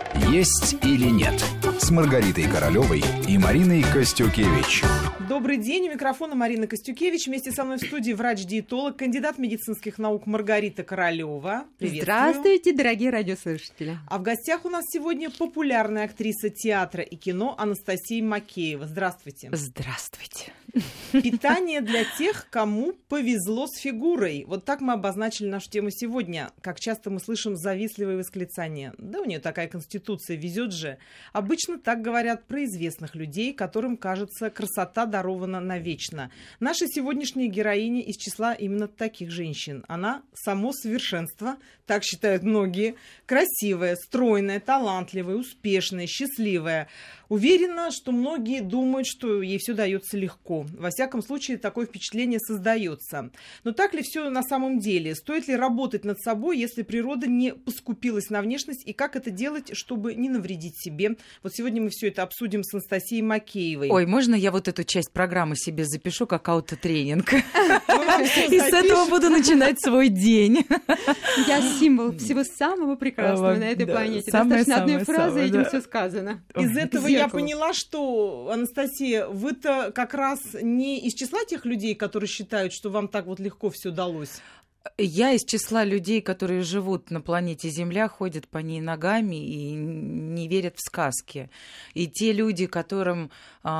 «Есть или нет» с Маргаритой Королевой и Мариной Костюкевич. Добрый день. У микрофона Марина Костюкевич. Вместе со мной в студии врач-диетолог, кандидат медицинских наук Маргарита Королева. Приветствую. Здравствуйте, дорогие радиослушатели. А в гостях у нас сегодня популярная актриса театра и кино Анастасия Макеева. Здравствуйте. Здравствуйте. Питание для тех, кому повезло с фигурой. Вот так мы обозначили нашу тему сегодня. Как часто мы слышим завистливые восклицания. Да у нее такая конституция, везет же. Обычно так говорят про известных людей, которым, кажется, красота дарована навечно. Наша сегодняшняя героиня из числа именно таких женщин. Она само совершенство, так считают многие. Красивая, стройная, талантливая, успешная, счастливая. Уверена, что многие думают, что ей все дается легко. Во всяком случае, такое впечатление создается. Но так ли все на самом деле? Стоит ли работать над собой, если природа не поскупилась на внешность? И как это делать, чтобы не навредить себе? Вот сегодня мы все это обсудим с Анастасией Макеевой. Ой, можно я вот эту часть программы себе запишу как аутотренинг? И с этого буду начинать свой день. Я символ всего самого прекрасного на этой планете. Достаточно одной фразы, этим все сказано. Из этого я поняла, что, Анастасия, вы-то как раз не из числа тех людей, которые считают, что вам так вот легко все далось. Я из числа людей, которые живут на планете Земля, ходят по ней ногами и не верят в сказки. И те люди, которым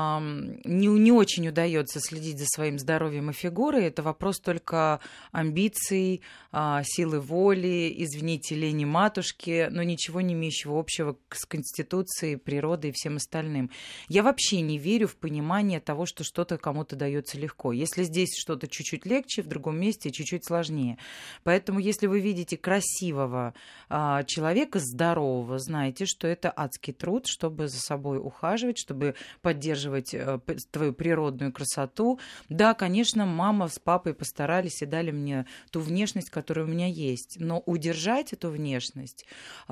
не очень удается следить за своим здоровьем и фигурой, это вопрос только амбиций, силы воли, извините, лени матушки, но ничего не имеющего общего с Конституцией, природой и всем остальным. Я вообще не верю в понимание того, что что-то кому-то дается легко. Если здесь что-то чуть-чуть легче, в другом месте чуть-чуть сложнее. Поэтому, если вы видите красивого человека, здорового, знайте, что это адский труд, чтобы за собой ухаживать, чтобы поддерживать твою природную красоту. Да, конечно, мама с папой постарались и дали мне ту внешность, которая у меня есть. Но удержать эту внешность,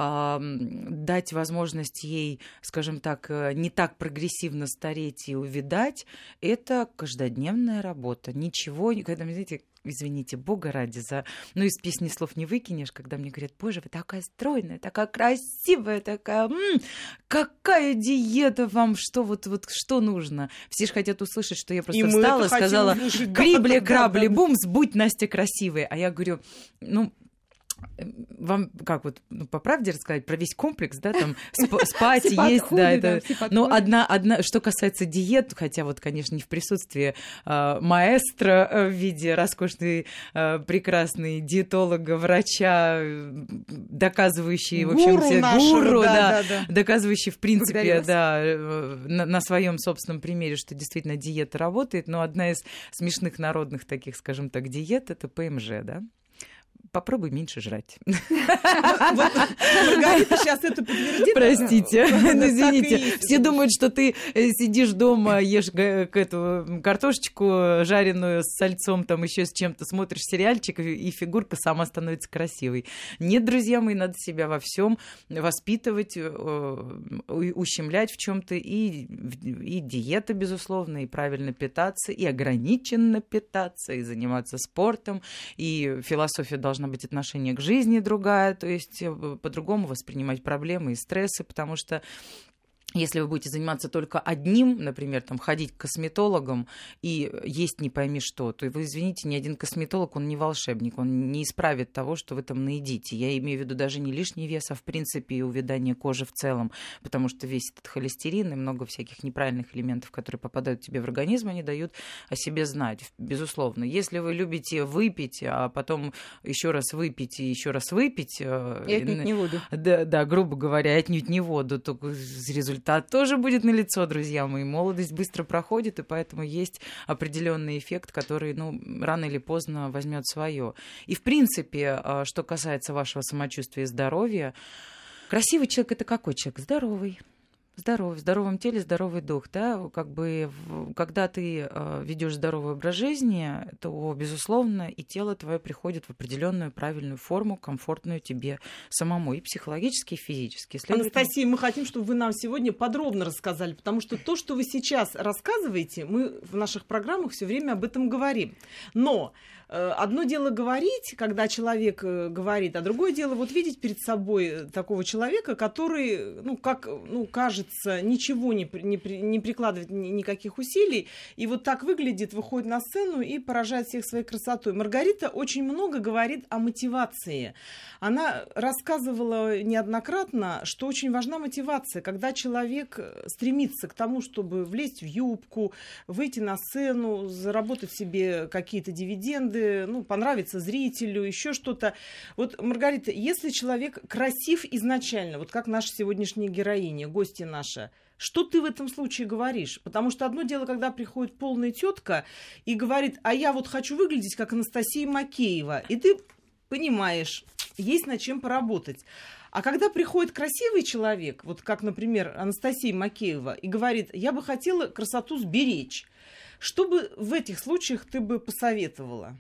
дать возможность ей, скажем так, не так прогрессивно стареть и увядать, это каждодневная работа. Ничего, когда, знаете, извините, Бога ради, из песни слов не выкинешь, когда мне говорят: боже, вы такая стройная, такая красивая, такая, какая диета вам, что что нужно? Все же хотят услышать, что я просто встала и сказала: крибли-крабли, бумс, будь Настя красивой. А я говорю, вам как по правде рассказать про весь комплекс, да, там спать, есть, да, это. Но одна, что касается диет, хотя конечно, не в присутствии маэстро в виде роскошной, прекрасной диетолога, врача, доказывающей, в общем, гуру, доказывающий, в принципе, на своем собственном примере, что действительно диета работает, но одна из смешных народных таких, скажем так, диет — это ПМЖ, да. Попробуй меньше жрать. Маргарита сейчас это подтвердит. Простите, извините. Все думают, что ты сидишь дома, ешь эту картошечку жареную с сальцом, там еще с чем-то, смотришь сериальчик, и фигурка сама становится красивой. Нет, друзья мои, надо себя во всем воспитывать, ущемлять в чем-то, и диета, безусловно, и правильно питаться, и ограниченно питаться, и заниматься спортом, и философия должна быть отношение к жизни другая, то есть по-другому воспринимать проблемы и стрессы, потому что если вы будете заниматься только одним, например, ходить к косметологам и есть не пойми что, то вы, извините, ни один косметолог, он не волшебник, он не исправит того, что вы там наедите. Я имею в виду даже не лишний вес, а в принципе и увядание кожи в целом, потому что весь этот холестерин и много всяких неправильных элементов, которые попадают тебе в организм, они дают о себе знать, безусловно. Если вы любите выпить, а потом еще раз выпить и еще раз выпить... И отнюдь не воду. Да, грубо говоря, отнюдь не воду, то результат тоже будет налицо, друзья мои. Молодость быстро проходит, и поэтому есть определенный эффект, который, рано или поздно возьмет свое. И, в принципе, что касается вашего самочувствия и здоровья, красивый человек — это какой человек? Здоровый. Здоровье. В здоровом теле здоровый дух, да, как бы, когда ты ведешь здоровый образ жизни, то, безусловно, и тело твое приходит в определенную правильную форму, комфортную тебе самому, и психологически, и физически. Анастасия, мы хотим, чтобы вы нам сегодня подробно рассказали, потому что то, что вы сейчас рассказываете, мы в наших программах все время об этом говорим. Но одно дело говорить, когда человек говорит, а другое дело вот видеть перед собой такого человека, который, кажется, ничего не прикладывает никаких усилий, и вот так выглядит, выходит на сцену и поражает всех своей красотой. Маргарита очень много говорит о мотивации. Она рассказывала неоднократно, что очень важна мотивация, когда человек стремится к тому, чтобы влезть в юбку, выйти на сцену, заработать себе какие-то дивиденды, понравится зрителю, еще что-то. Вот, Маргарита, если человек красив изначально, вот как наша сегодняшняя героиня, гостья наша, что ты в этом случае говоришь? Потому что одно дело, когда приходит полная тетка и говорит, а я вот хочу выглядеть как Анастасия Макеева, и ты понимаешь, есть над чем поработать. А когда приходит красивый человек, вот как, например, Анастасия Макеева, и говорит, я бы хотела красоту сберечь, что бы в этих случаях ты бы посоветовала?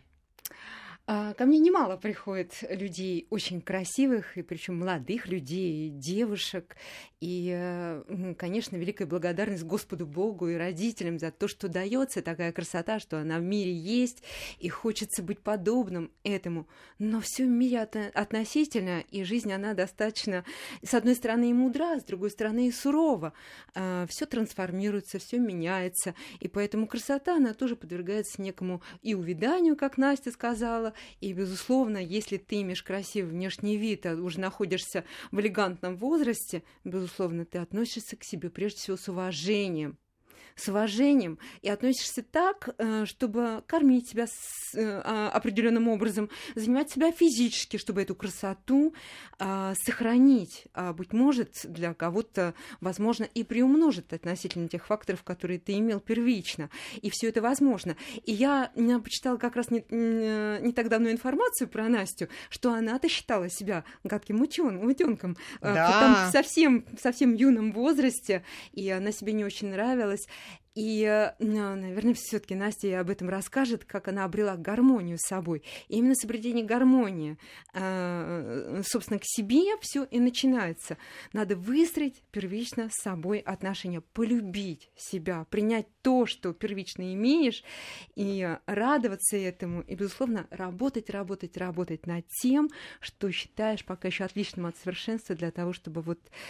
Ко мне немало приходит людей очень красивых, и причем молодых людей, девушек. И, конечно, великая благодарность Господу Богу и родителям за то, что дается такая красота, что она в мире есть, и хочется быть подобным этому. Но все в мире относительно, и жизнь, она достаточно, с одной стороны, и мудра, с другой стороны, и сурова. Все трансформируется, все меняется, и поэтому красота, она тоже подвергается некому и увяданию, как Настя сказала. И, безусловно, если ты имеешь красивый внешний вид, а уже находишься в элегантном возрасте, безусловно, ты относишься к себе прежде всего с уважением и относишься так, чтобы кормить себя определенным образом, занимать себя физически, чтобы эту красоту сохранить. А, быть может, для кого-то, возможно, и приумножить относительно тех факторов, которые ты имел первично. И все это возможно. И я почитала как раз не так давно информацию про Настю, что она-то считала себя гадким утенком в совсем юном возрасте, и она себе не очень нравилась. И, наверное, все-таки Настя об этом расскажет, как она обрела гармонию с собой. И именно с обретения гармонии, собственно, к себе все и начинается. Надо выстроить первично с собой отношения, полюбить себя, принять то, что первично имеешь, и радоваться этому, и, безусловно, работать над тем, что считаешь пока еще отличным от совершенства, для того, чтобы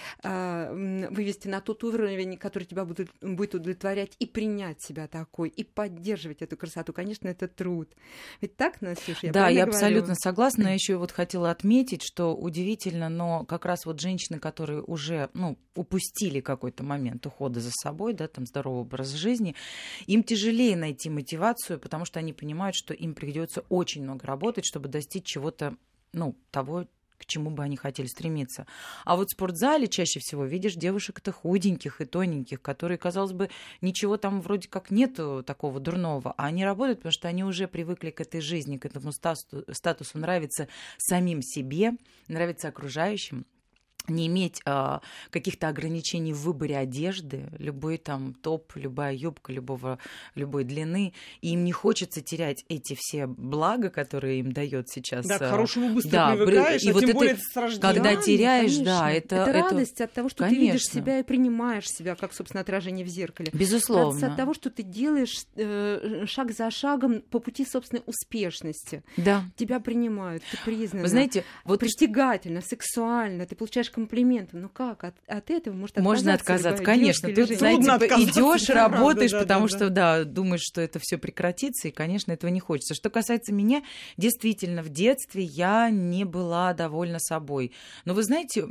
вывести на тот уровень, который тебя будет удовлетворять, и принять себя такой, и поддерживать эту красоту. Конечно, это труд. Ведь так, Настюша, Да, я абсолютно согласна. Я еще хотела отметить, что удивительно, но как раз женщины, которые уже упустили какой-то момент ухода за собой, да, там здоровый образ жизни, им тяжелее найти мотивацию, потому что они понимают, что им придется очень много работать, чтобы достичь чего-то, того, к чему бы они хотели стремиться. А в спортзале чаще всего видишь девушек-то худеньких и тоненьких, которые, казалось бы, ничего там вроде как нету такого дурного, а они работают, потому что они уже привыкли к этой жизни, к этому статусу, нравится самим себе, нравится окружающим. Не иметь каких-то ограничений в выборе одежды, любой там топ, любая юбка любой длины, и им не хочется терять эти все блага, которые им дает сейчас. Да, к хорошему быстро привыкаешь, и тем более с рождения. Когда теряешь, конечно. Да, это радость от того, что ты видишь себя и принимаешь себя, как, собственно, отражение в зеркале. Безусловно. Радость от того, что ты делаешь шаг за шагом по пути собственной успешности. Да. Тебя принимают, ты признана. Вы знаете, притягательно, сексуально, ты получаешь комплименты. Ну как? От этого можно отказаться, конечно. Тут, знаете, идешь, работаешь, потому что, думаешь, что это все прекратится, и, конечно, этого не хочется. Что касается меня, действительно, в детстве я не была довольна собой. Но вы знаете,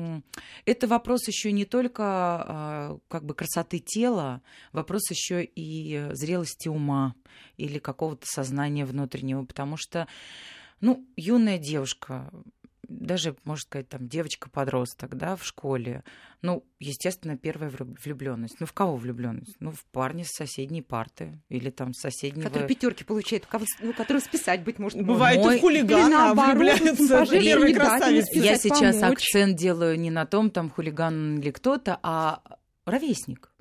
это вопрос еще не только красоты тела, вопрос еще и зрелости ума или какого-то сознания внутреннего, потому что, юная девушка, даже, можно сказать, там, девочка-подросток, да, в школе, естественно, первая влюбленность. В кого влюбленность? В парня с соседней парты или там с соседнего... Который пятерки получает, который списать, быть может. Бывает, и в хулигана влюбляются первой красавицы. Я сейчас акцент делаю не на том, там, хулиган или кто-то, а ровесник.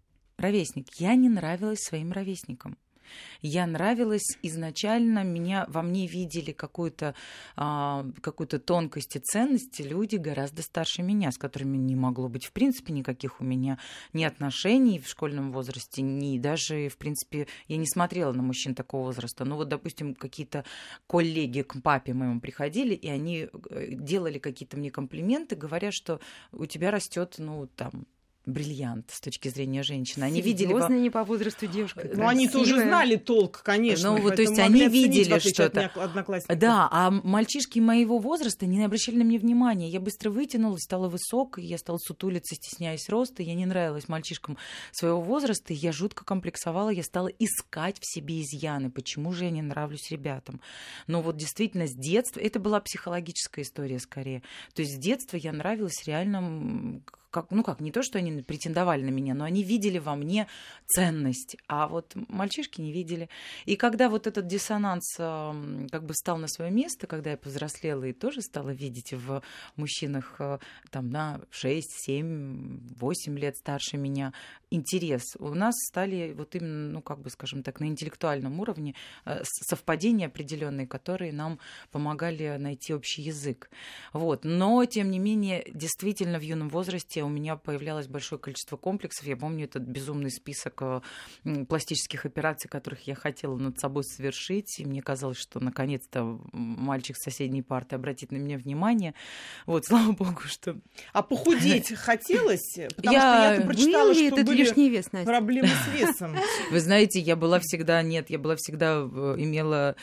Я не нравилась своим ровесникам. Я нравилась изначально, во мне видели какую-то тонкость и ценность люди гораздо старше меня, с которыми не могло быть, в принципе, никаких у меня ни отношений в школьном возрасте, ни даже, в принципе, я не смотрела на мужчин такого возраста. Ну вот, допустим, какие-то коллеги к папе моему приходили, и они делали какие-то мне комплименты, говоря, что у тебя растет, бриллиант с точки зрения женщины. Они видели... не по возрасту девушка. Ну, они тоже знали толк, конечно. То есть они видели что-то. Одноклассников. Да, а мальчишки моего возраста не обращали на меня внимания. Я быстро вытянулась, стала высокой, я стала сутулиться, стесняясь роста. Я не нравилась мальчишкам своего возраста, и я жутко комплексовала. Я стала искать в себе изъяны. Почему же я не нравлюсь ребятам? Но вот действительно с детства... Это была психологическая история скорее. То есть с детства я нравилась реально... не то, что они претендовали на меня, но они видели во мне ценность, а вот мальчишки не видели. И когда вот этот диссонанс встал на свое место, когда я повзрослела и тоже стала видеть в мужчинах на 6, 7, 8 лет старше меня интерес, у нас стали вот именно, на интеллектуальном уровне совпадения определенные, которые нам помогали найти общий язык. Вот. Но, тем не менее, действительно в юном возрасте у меня появлялось большое количество комплексов. Я помню этот безумный список пластических операций, которых я хотела над собой совершить. И мне казалось, что наконец-то мальчик с соседней парты обратит на меня внимание. Вот, слава богу, что... А похудеть хотелось? Потому что я-то прочитала, что были лишний вес, Настя? Проблемы с весом. Вы знаете, я была всегда имела,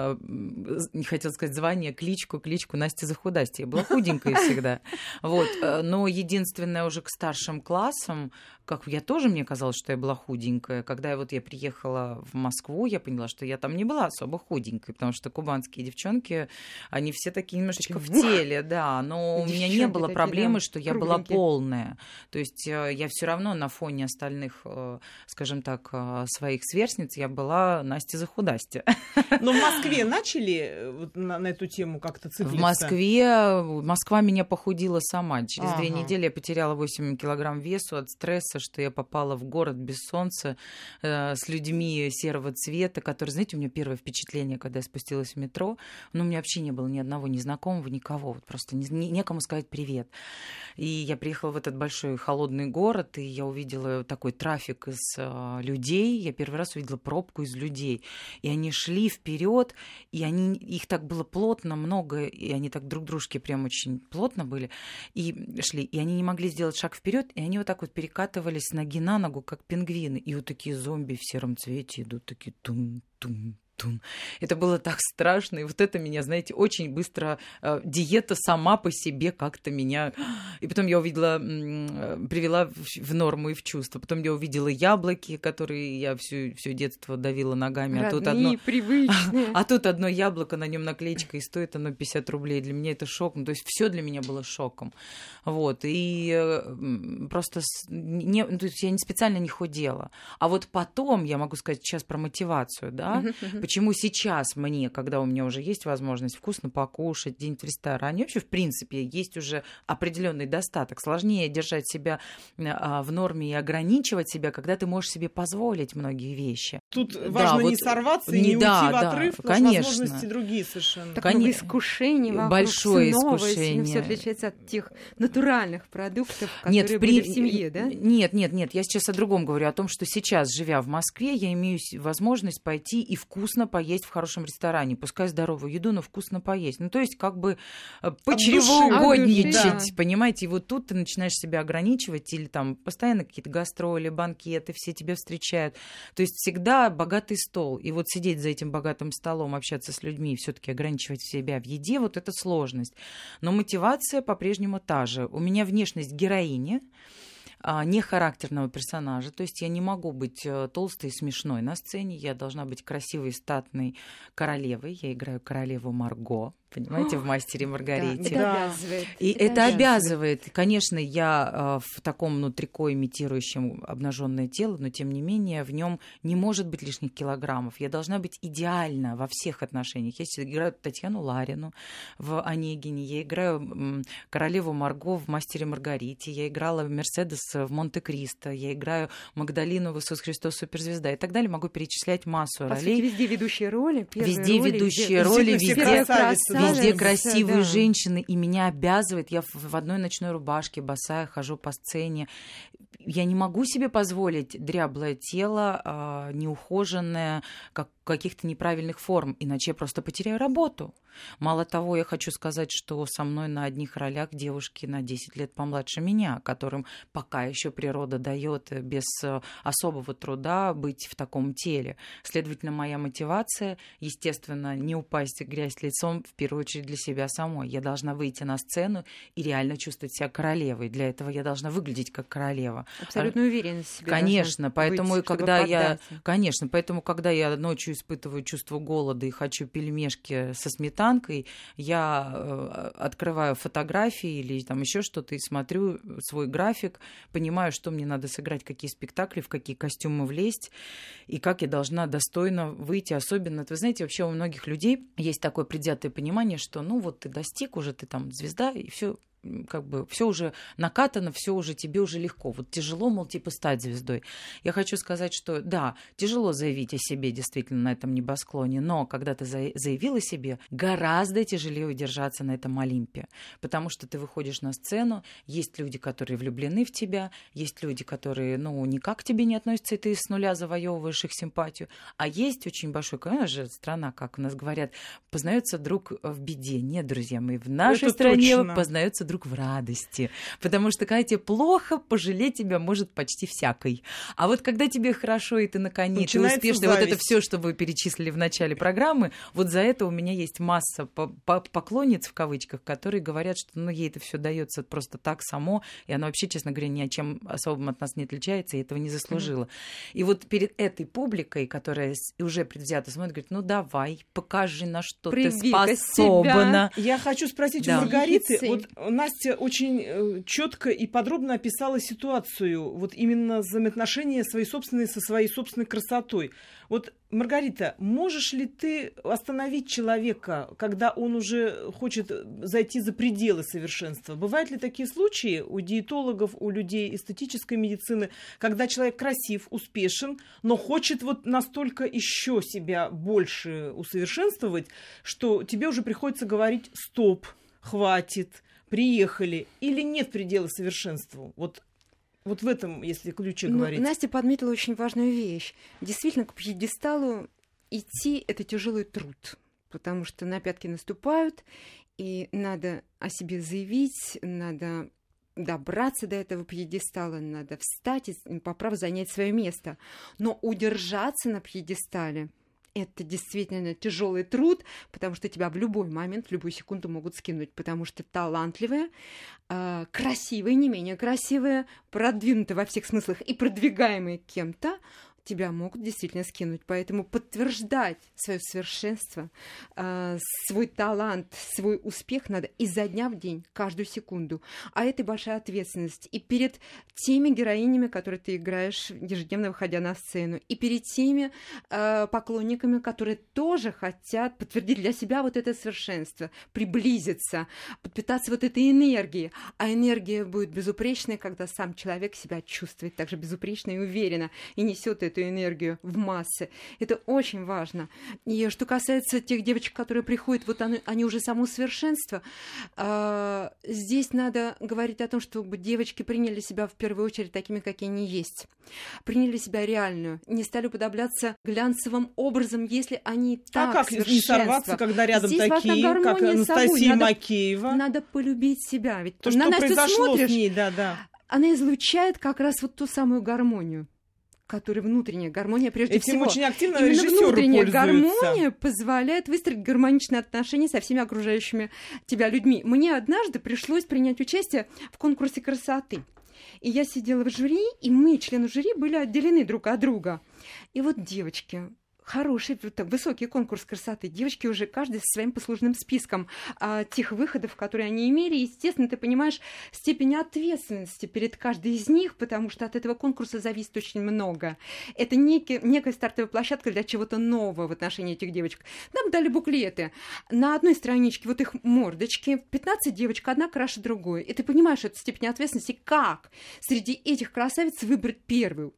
не хотела сказать звание, кличку Настя Захудастья. Я была худенькая всегда. Вот. Но единственное, уже к старшим классам, мне казалось, что я была худенькая. Когда я приехала в Москву, я поняла, что я там не была особо худенькой, потому что кубанские девчонки, они все такие немножечко в теле, да, но у меня не было проблемы, что я была полная. То есть я все равно на фоне остальных, скажем так, своих сверстниц, я была Настя Захудастья. Но в Москве начали на эту тему как-то цеплиться? Москва меня похудила сама. Через 2 недели я потеряла 8 килограмм весу от стресса, что я попала в город без солнца, с людьми серого цвета, которые, знаете, у меня первое впечатление, когда я спустилась в метро, у меня вообще не было ни одного незнакомого, никого, просто некому сказать привет. И я приехала в этот большой холодный город, и я увидела такой трафик из людей, я первый раз увидела пробку из людей, и они шли вперед, и их так было плотно, много, и они так друг дружке прям очень плотно были, и шли, и они не могли сделать шаг вперед, и они вот так вот перекатывались с ноги на ногу, как пингвины. И вот такие зомби в сером цвете идут, такие тум-тум-тум. Это было так страшно. И вот это меня, знаете, очень быстро диета сама по себе как-то меня... И потом я привела в норму и в чувство. Потом я увидела яблоки, которые я все детство давила ногами. Родные, привычные. А тут одно яблоко, на нем наклеечка, и стоит оно 50 рублей. Для меня это шок. То есть все для меня было шоком. Вот. И просто то есть я специально не худела. А вот потом, я могу сказать сейчас про мотивацию, да, почему сейчас мне, когда у меня уже есть возможность вкусно покушать, где-нибудь в ресторане, вообще, в принципе, есть уже определенный достаток. Сложнее держать себя в норме и ограничивать себя, когда ты можешь себе позволить многие вещи. Тут важно не сорваться и не уйти в отрыв, потому что возможности другие совершенно. Такое искушение вокруг, большое снова, искушение. Все отличается от тех натуральных продуктов, которые были в семье, да? Нет, я сейчас о другом говорю, о том, что сейчас, живя в Москве, я имею возможность пойти и вкусно поесть в хорошем ресторане, пускай здоровую еду, но вкусно поесть. То есть почревоугодничать, понимаете? И вот тут ты начинаешь себя ограничивать, или там постоянно какие-то гастроли, банкеты, все тебя встречают. То есть всегда богатый стол. И вот сидеть за этим богатым столом, общаться с людьми и все-таки ограничивать себя в еде, вот это сложность. Но мотивация по-прежнему та же. У меня внешность героини, не характерного персонажа, то есть я не могу быть толстой и смешной на сцене, я должна быть красивой, статной королевой, я играю королеву Марго, понимаете, в «Мастере и Маргарите». Это обязывает. И это обязывает. Конечно, я в таком трико, имитирующем обнаженное тело, но тем не менее в нем не может быть лишних килограммов. Я должна быть идеальна во всех отношениях. Я сейчас играю Татьяну Ларину в «Онегине», я играю королеву Марго в «Мастере и Маргарите», я играла Мерседес в «Монте-Кристо», я играю Магдалину в «Иисус Христос суперзвезда» и так далее. Могу перечислять массу ролей. Везде ведущие роли, везде ведущие роли, везде красивые женщины, и меня обязывает. Я в одной ночной рубашке босая хожу по сцене. Я не могу себе позволить дряблое тело, неухоженное, каких-то неправильных форм, иначе я просто потеряю работу. Мало того, я хочу сказать, что со мной на одних ролях девушки на 10 лет помладше меня, которым пока еще природа дает без особого труда быть в таком теле. Следовательно, моя мотивация, естественно, не упасть в грязь лицом, в первую очередь для себя самой. Я должна выйти на сцену и реально чувствовать себя королевой. Для этого я должна выглядеть как королева. Абсолютно уверенность в себе. Конечно, поэтому, когда я ночью испытываю чувство голода и хочу пельмешки со сметанкой, я открываю фотографии или там еще что-то и смотрю свой график, понимаю, что мне надо сыграть, какие спектакли, в какие костюмы влезть и как я должна достойно выйти. Особенно, вы знаете, вообще у многих людей есть такое предвзятое понимание, что ну вот ты достиг уже, ты там звезда, и все. Как бы все уже накатано, все уже тебе уже легко. Вот тяжело, мол, типа стать звездой. Я хочу сказать, что да, тяжело заявить о себе действительно на этом небосклоне, но когда ты заявил о себе, гораздо тяжелее удержаться на этом Олимпе, потому что ты выходишь на сцену, есть люди, которые влюблены в тебя, есть люди, которые, ну, никак к тебе не относятся, и ты с нуля завоевываешь их симпатию, а есть очень большой, конечно же, страна, как у нас говорят, познается друг в беде. Нет, друзья мои, в нашей стране познается друг в радости. Потому что когда тебе плохо, пожалеть тебя может почти всякий. А вот когда тебе хорошо, и ты на коне, ты успешный, вот это все, что вы перечислили в начале программы, вот за это у меня есть масса поклонниц, в кавычках, которые говорят, что ну, ей это все дается просто так само, и она вообще, честно говоря, ни о чем особым от нас не отличается, и этого не заслужила. И вот перед этой публикой, которая уже предвзято смотрит, говорит, ну давай, покажи, на что ты способна. Я хочу спросить у Маргариты, вот Настя очень четко и подробно описала ситуацию, вот именно взаимоотношения свои собственные со своей собственной красотой. Вот, Маргарита, можешь ли ты остановить человека, когда он уже хочет зайти за пределы совершенства? Бывают ли такие случаи у диетологов, у людей эстетической медицины, когда человек красив, успешен, но хочет вот настолько еще себя больше усовершенствовать, что тебе уже приходится говорить «стоп», «хватит», «приехали», или нет предела совершенству? Вот в этом, если ключе говорить. Настя подметила очень важную вещь. Действительно, к пьедесталу идти – это тяжелый труд, потому что на пятки наступают, и надо о себе заявить, надо добраться до этого пьедестала, надо встать и по праву занять свое место. Но удержаться на пьедестале – это действительно тяжелый труд, потому что тебя в любой момент, в любую секунду могут скинуть, потому что талантливая, красивая, не менее красивая, продвинутая во всех смыслах и продвигаемая кем-то, тебя могут действительно скинуть. Поэтому подтверждать свое совершенство, свой талант, свой успех надо изо дня в день, каждую секунду. А это большая ответственность и перед теми героинями, которые ты играешь, ежедневно выходя на сцену, и перед теми поклонниками, которые тоже хотят подтвердить для себя вот это совершенство, приблизиться, подпитаться вот этой энергией. А энергия будет безупречной, когда сам человек себя чувствует также безупречно и уверенно, и несет эту энергию в массы. Это очень важно. И что касается тех девочек, которые приходят, вот они уже само совершенство, здесь надо говорить о том, чтобы девочки приняли себя в первую очередь такими, какие они есть. Приняли себя реальную, не стали уподобляться глянцевым образом, если они так как не сорваться, когда рядом здесь такие, как Анастасия Макеева? Надо полюбить себя. Ведь то, что произошло с ней, да. Она излучает как раз вот ту самую гармонию, которая внутренняя гармония, прежде всего. Этим очень активно именно режиссеры внутренняя пользуются. Гармония позволяет выстроить гармоничные отношения со всеми окружающими тебя людьми. Мне однажды пришлось принять участие в конкурсе красоты. И я сидела в жюри, и мы, члены жюри, были отделены друг от друга. И вот девочки хороший, высокий конкурс красоты. Девочки уже каждый со своим послужным списком тех выходов, которые они имели. Естественно, ты понимаешь степень ответственности перед каждой из них, потому что от этого конкурса зависит очень много. Это некая стартовая площадка для чего-то нового в отношении этих девочек. Нам дали буклеты. На одной страничке вот их мордочки, 15 девочек, одна краше другой. И ты понимаешь эту степень ответственности, как среди этих красавиц выбрать первую.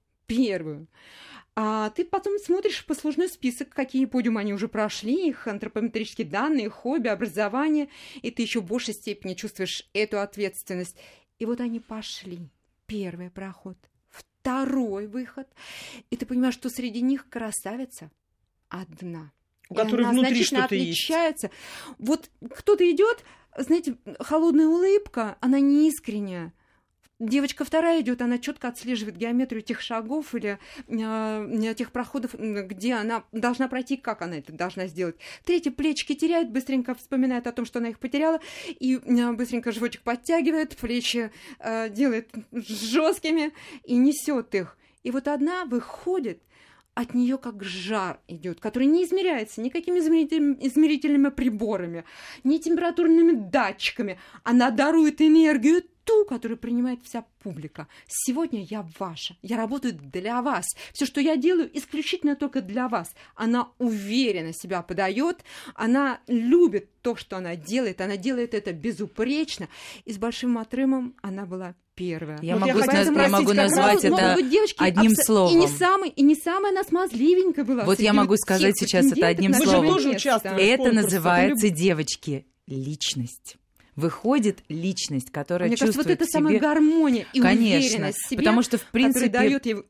А ты потом смотришь послужной список, какие подиумы они уже прошли, их антропометрические данные, их хобби, образование, и ты еще в большей степени чувствуешь эту ответственность. И вот они пошли. Первый проход, второй выход. И ты понимаешь, что среди них красавица одна. У которой внутри что-то отличается. Есть. Вот кто-то идет, знаете, холодная улыбка, она неискренняя. Девочка вторая идет, она четко отслеживает геометрию тех шагов или тех проходов, где она должна пройти, как она это должна сделать. Третья плечики теряет, быстренько вспоминает о том, что она их потеряла, и быстренько животик подтягивает, плечи делает жесткими и несет их. И вот одна выходит, от нее как жар идет, который не измеряется никакими измерительными приборами, ни температурными датчиками. Она дарует энергию, ту, которую принимает вся публика. Сегодня я ваша, я работаю для вас. Все, что я делаю, исключительно только для вас. Она уверенно себя подает, она любит то, что она делает это безупречно, и с большим отрывом она была первая. Я могу назвать это одним словом. И не самая она смазливенькая была. Вот я могу сказать сейчас это одним словом. Это называется, девочки, личность. Выходит личность, которая мне чувствует кажется, вот это в себе... самая гармония и конечно, уверенность в себе, потому что, в принципе... даёт ей,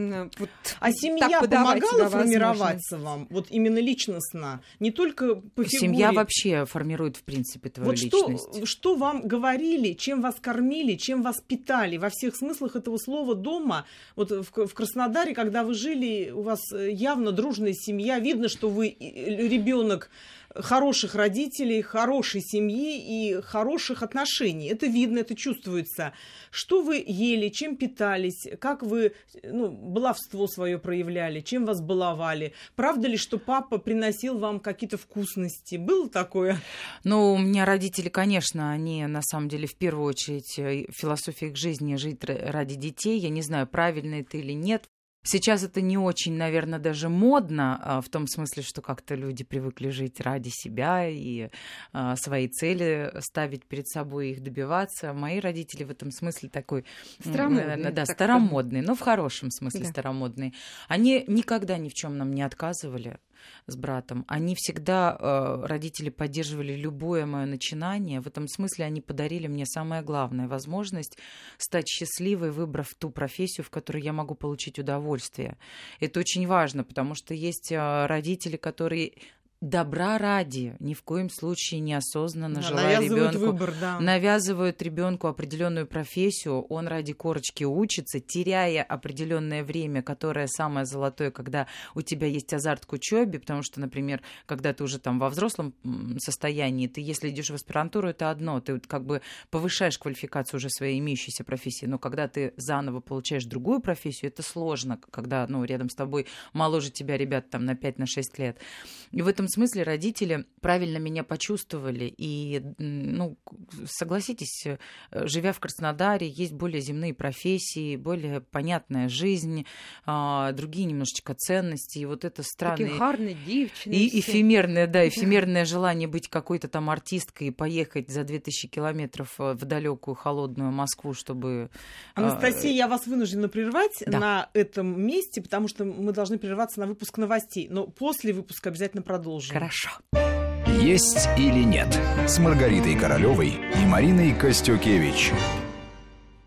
а семья помогала формироваться вам, вот именно личностно, не только по фигуре? Семья вообще формирует, в принципе, твою личность. Что вам говорили, чем вас кормили, чем вас питали во всех смыслах этого слова дома? Вот в Краснодаре, когда вы жили, у вас явно дружная семья, видно, что вы ребенок хороших родителей, хорошей семьи и хороших отношений. Это видно, это чувствуется. Что вы ели, чем питались, как вы баловство свое проявляли, чем вас баловали? Правда ли, что папа приносил вам какие-то вкусности? Было такое? Ну, у меня родители, конечно, они на самом деле в первую очередь философия их жизни — жить ради детей. Я не знаю, правильно это или нет. Сейчас это не очень, наверное, даже модно, в том смысле, что как-то люди привыкли жить ради себя и свои цели ставить перед собой и их добиваться. Мои родители в этом смысле такой... старомодные, но в хорошем смысле старомодные. Они никогда ни в чем нам не отказывали с братом. Они всегда, родители, поддерживали любое мое начинание. В этом смысле они подарили мне самое главное — возможность стать счастливой, выбрав ту профессию, в которой я могу получить удовольствие. Это очень важно, потому что есть родители, которые добра ради, ни в коем случае неосознанно желая ребенку, навязывают ребенку определенную профессию, он ради корочки учится, теряя определенное время, которое самое золотое, когда у тебя есть азарт к учебе, потому что, например, когда ты уже там во взрослом состоянии, ты, если идешь в аспирантуру, это одно, ты как бы повышаешь квалификацию уже своей имеющейся профессии, но когда ты заново получаешь другую профессию, это сложно, когда рядом с тобой моложе тебя ребята там на 5-6 лет. И в этом смысле родители правильно меня почувствовали. И, согласитесь, живя в Краснодаре, есть более земные профессии, более понятная жизнь, другие немножечко ценности. И вот это странное... Такие гарные девчины. И эфемерное желание быть какой-то там артисткой и поехать за 2000 километров в далекую холодную Москву, чтобы... Анастасия, я вас вынуждена прервать на этом месте, потому что мы должны прерваться на выпуск новостей. Но после выпуска обязательно продолжим. Хорошо. «Есть или нет» с Маргаритой Королёвой и Мариной Костюкевич.